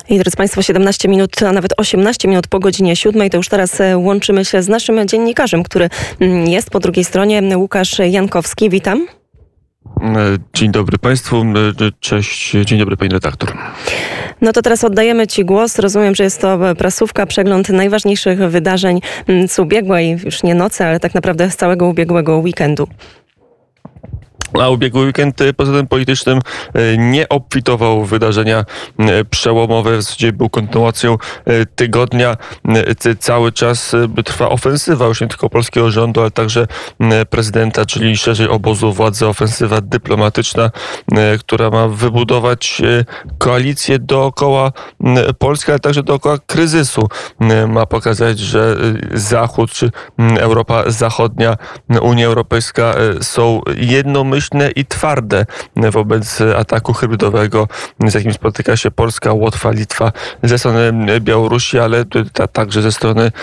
I drodzy Państwo, 17 minut, a nawet 18 minut po godzinie 7. To już teraz łączymy się z naszym dziennikarzem, który jest po drugiej stronie, Łukasz Jankowski. Witam. Dzień dobry Państwu. Cześć. Dzień dobry Pani redaktor. No to teraz oddajemy Ci głos. Rozumiem, że jest to prasówka, przegląd najważniejszych wydarzeń z ubiegłej, już nie nocy, ale tak naprawdę z całego ubiegłego weekendu. A ubiegły weekend poza tym politycznym nie obfitował w wydarzenia przełomowe. W zasadzie był kontynuacją tygodnia. Cały czas trwa ofensywa już nie tylko polskiego rządu, ale także prezydenta, czyli szerzej obozu władzy, ofensywa dyplomatyczna, która ma wybudować koalicję dookoła Polski, ale także dookoła kryzysu. Ma pokazać, że Zachód czy Europa Zachodnia, Unia Europejska są jednomyślne i twarde wobec ataku hybrydowego, z jakim spotyka się Polska, Łotwa, Litwa, ze strony Białorusi, ale także ze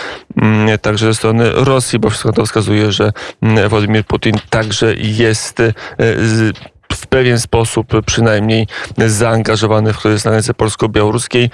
strony Rosji, bo wszystko to wskazuje, że Władimir Putin także jest w pewien sposób przynajmniej zaangażowany w kryzys na granicy polsko-białoruskiej.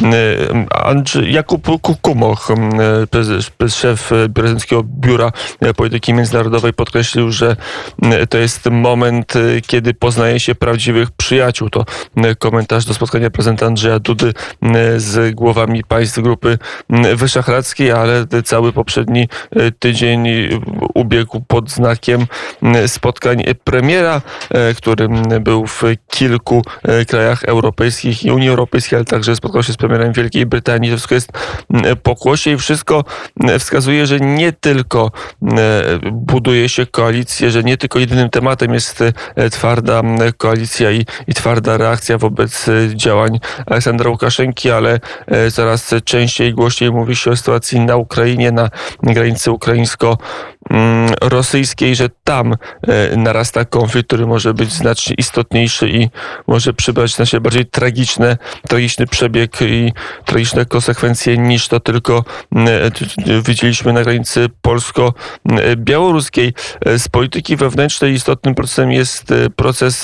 Jakub Kukumoch, szef prezydenckiego Biura Polityki Międzynarodowej, podkreślił, że to jest moment, kiedy poznaje się prawdziwych przyjaciół. To komentarz do spotkania prezydenta Andrzeja Dudy z głowami państw Grupy Wyszehradzkiej, ale cały poprzedni tydzień ubiegł pod znakiem spotkań premiera, który był w kilku krajach europejskich i Unii Europejskiej, ale także spotkał się z premierem Wielkiej Brytanii. To wszystko jest pokłosie i wszystko wskazuje, że nie tylko buduje się koalicję, że nie tylko jedynym tematem jest twarda koalicja i twarda reakcja wobec działań Aleksandra Łukaszenki, ale coraz częściej i głośniej mówi się o sytuacji na Ukrainie, na granicy ukraińsko-rosyjskiej, że tam narasta konflikt, który może być znacznie istotniejszy i może przybrać znacznie bardziej tragiczny przebieg i tragiczne konsekwencje niż to tylko widzieliśmy na granicy polsko-białoruskiej. Z polityki wewnętrznej istotnym procesem jest proces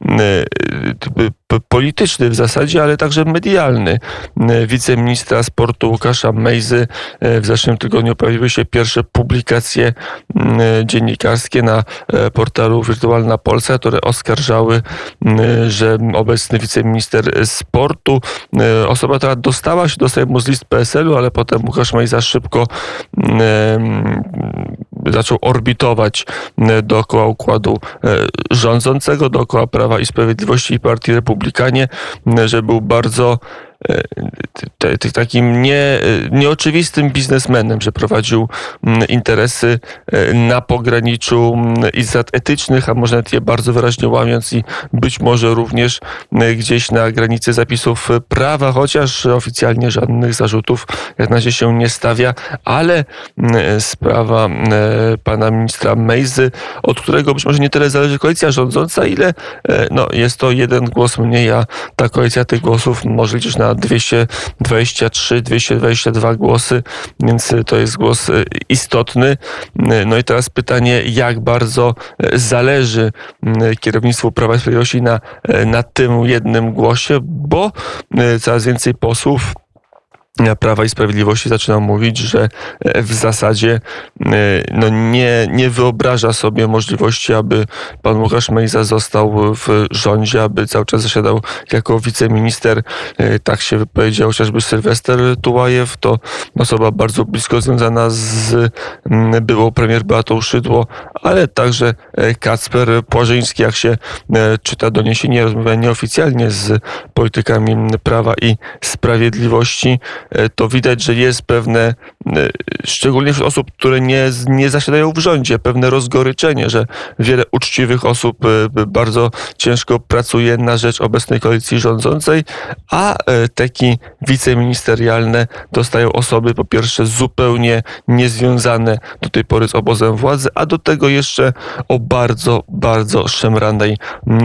polityczny w zasadzie, ale także medialny. Wiceministra sportu Łukasza Mejzy w zeszłym tygodniu pojawiły się pierwsze publikacje dziennikarskie na portalu Wirtualna Polska, które oskarżały, że obecny wiceminister sportu, osoba, która dostała się do Sejmu z list PSL-u, ale potem Łukasz Mejza szybko zaczął orbitować dookoła układu rządzącego, dookoła Prawa i Sprawiedliwości i Partii Republikanie, że był bardzo takim nieoczywistym biznesmenem, że prowadził interesy na pograniczu i zasad etycznych, a może nawet je bardzo wyraźnie łamiąc i być może również gdzieś na granicy zapisów prawa, chociaż oficjalnie żadnych zarzutów jak na razie się nie stawia, ale sprawa pana ministra Mejzy, od którego być może nie tyle zależy koalicja rządząca, ile jest to jeden głos mniej, a ta koalicja tych głosów może liczyć na 223, 222 głosy, więc to jest głos istotny. No i teraz pytanie, jak bardzo zależy kierownictwu Prawa i Sprawiedliwości na tym jednym głosie, bo coraz więcej posłów Prawa i Sprawiedliwości zaczyna mówić, że w zasadzie nie wyobraża sobie możliwości, aby pan Łukasz Mejza został w rządzie, aby cały czas zasiadał jako wiceminister. Tak się wypowiedział chociażby Sylwester Tułajew, to osoba bardzo blisko związana z byłą premier Beatą Szydło, ale także Kacper Płażyński, jak się czyta doniesienie, rozmawia nieoficjalnie z politykami Prawa i Sprawiedliwości, to widać, że jest pewne, szczególnie wśród osób, które nie zasiadają w rządzie, pewne rozgoryczenie, że wiele uczciwych osób bardzo ciężko pracuje na rzecz obecnej koalicji rządzącej, a teki wiceministerialne dostają osoby po pierwsze zupełnie niezwiązane do tej pory z obozem władzy, a do tego jeszcze o bardzo, bardzo szemranej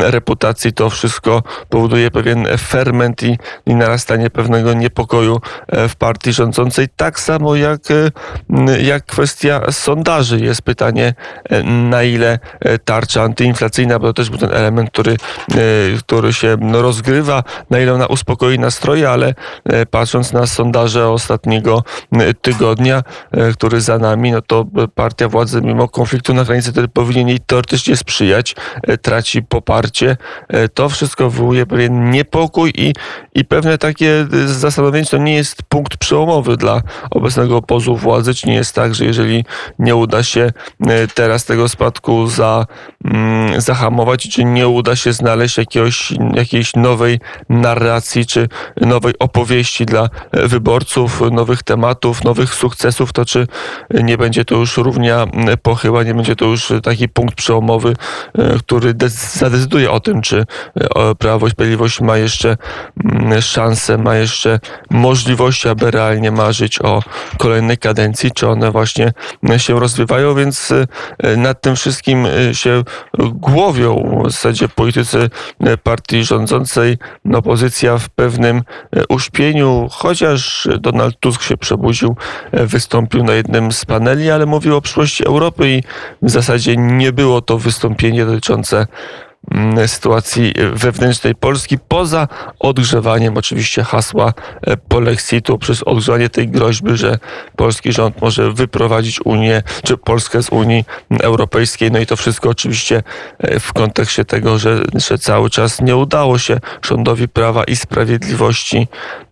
reputacji. To wszystko powoduje pewien ferment i narastanie pewnego niepokoju w partii rządzącej. Tak samo jak kwestia sondaży. Jest pytanie, na ile tarcza antyinflacyjna, bo to też był ten element, który się rozgrywa, na ile ona uspokoi nastroje, ale patrząc na sondaże ostatniego tygodnia, który za nami, no to partia władzy mimo konfliktu na granicy, który powinien jej teoretycznie sprzyjać, traci poparcie. To wszystko wywołuje pewien niepokój i pewne takie zastanowienie, to nie jest punkt przełomowy dla obecnego obozu władzy, czy nie jest tak, że jeżeli nie uda się teraz tego spadku zahamować, czy nie uda się znaleźć jakiejś nowej narracji, czy nowej opowieści dla wyborców, nowych tematów, nowych sukcesów, to czy nie będzie to już równia pochyła, nie będzie to już taki punkt przełomowy, który zadecyduje o tym, czy Prawo i Sprawiedliwość ma jeszcze szansę, ma jeszcze możliwości, aby realnie marzyć o kolejnej kadencji, czy one właśnie się rozwijając, więc nad tym wszystkim się głowią w zasadzie politycy partii rządzącej. Opozycja w pewnym uśpieniu, chociaż Donald Tusk się przebudził, wystąpił na jednym z paneli, ale mówił o przyszłości Europy i w zasadzie nie było to wystąpienie dotyczące sytuacji wewnętrznej Polski, poza odgrzewaniem oczywiście hasła polexitu, przez odgrzewanie tej groźby, że polski rząd może wyprowadzić Unię, czy Polskę z Unii Europejskiej. No i to wszystko oczywiście w kontekście tego, że cały czas nie udało się rządowi Prawa i Sprawiedliwości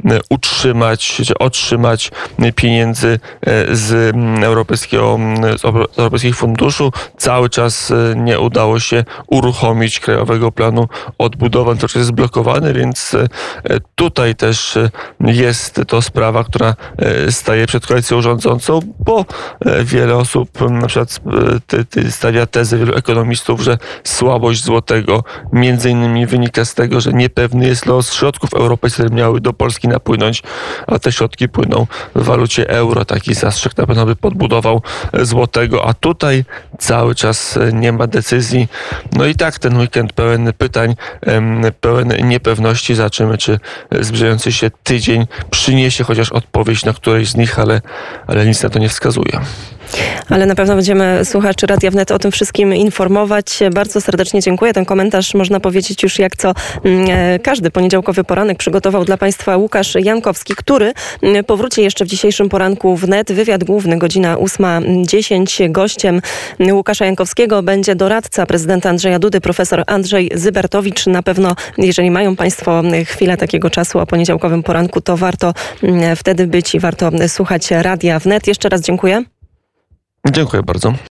otrzymać pieniędzy z europejskich funduszu. Cały czas nie udało się uruchomić Krajowego Planu Odbudowy, to jest zblokowany, więc tutaj też jest to sprawa, która staje przed koalicją rządzącą, bo wiele osób na przykład stawia tezę, wielu ekonomistów, że słabość złotego między innymi wynika z tego, że niepewny jest los środków europejskich, które miały do Polski napłynąć, a te środki płyną w walucie euro. Taki zastrzyk na pewno by podbudował złotego, a tutaj cały czas nie ma decyzji. No i tak ten weekend pełen pytań, pełen niepewności. Zobaczymy, czy zbliżający się tydzień przyniesie chociaż odpowiedź na którejś z nich, ale nic na to nie wskazuje. Ale na pewno będziemy słuchaczy Radia Wnet o tym wszystkim informować. Bardzo serdecznie dziękuję. Ten komentarz, można powiedzieć, już jak co każdy poniedziałkowy poranek przygotował dla Państwa Łukasz Jankowski, który powróci jeszcze w dzisiejszym poranku Wnet. Wywiad główny, godzina 8:10. Gościem Łukasza Jankowskiego będzie doradca prezydenta Andrzeja Dudy, profesor Andrzej Zybertowicz. Na pewno, jeżeli mają Państwo chwilę takiego czasu o poniedziałkowym poranku, to warto wtedy być i warto słuchać Radia Wnet. Jeszcze raz dziękuję. Dziękuję bardzo.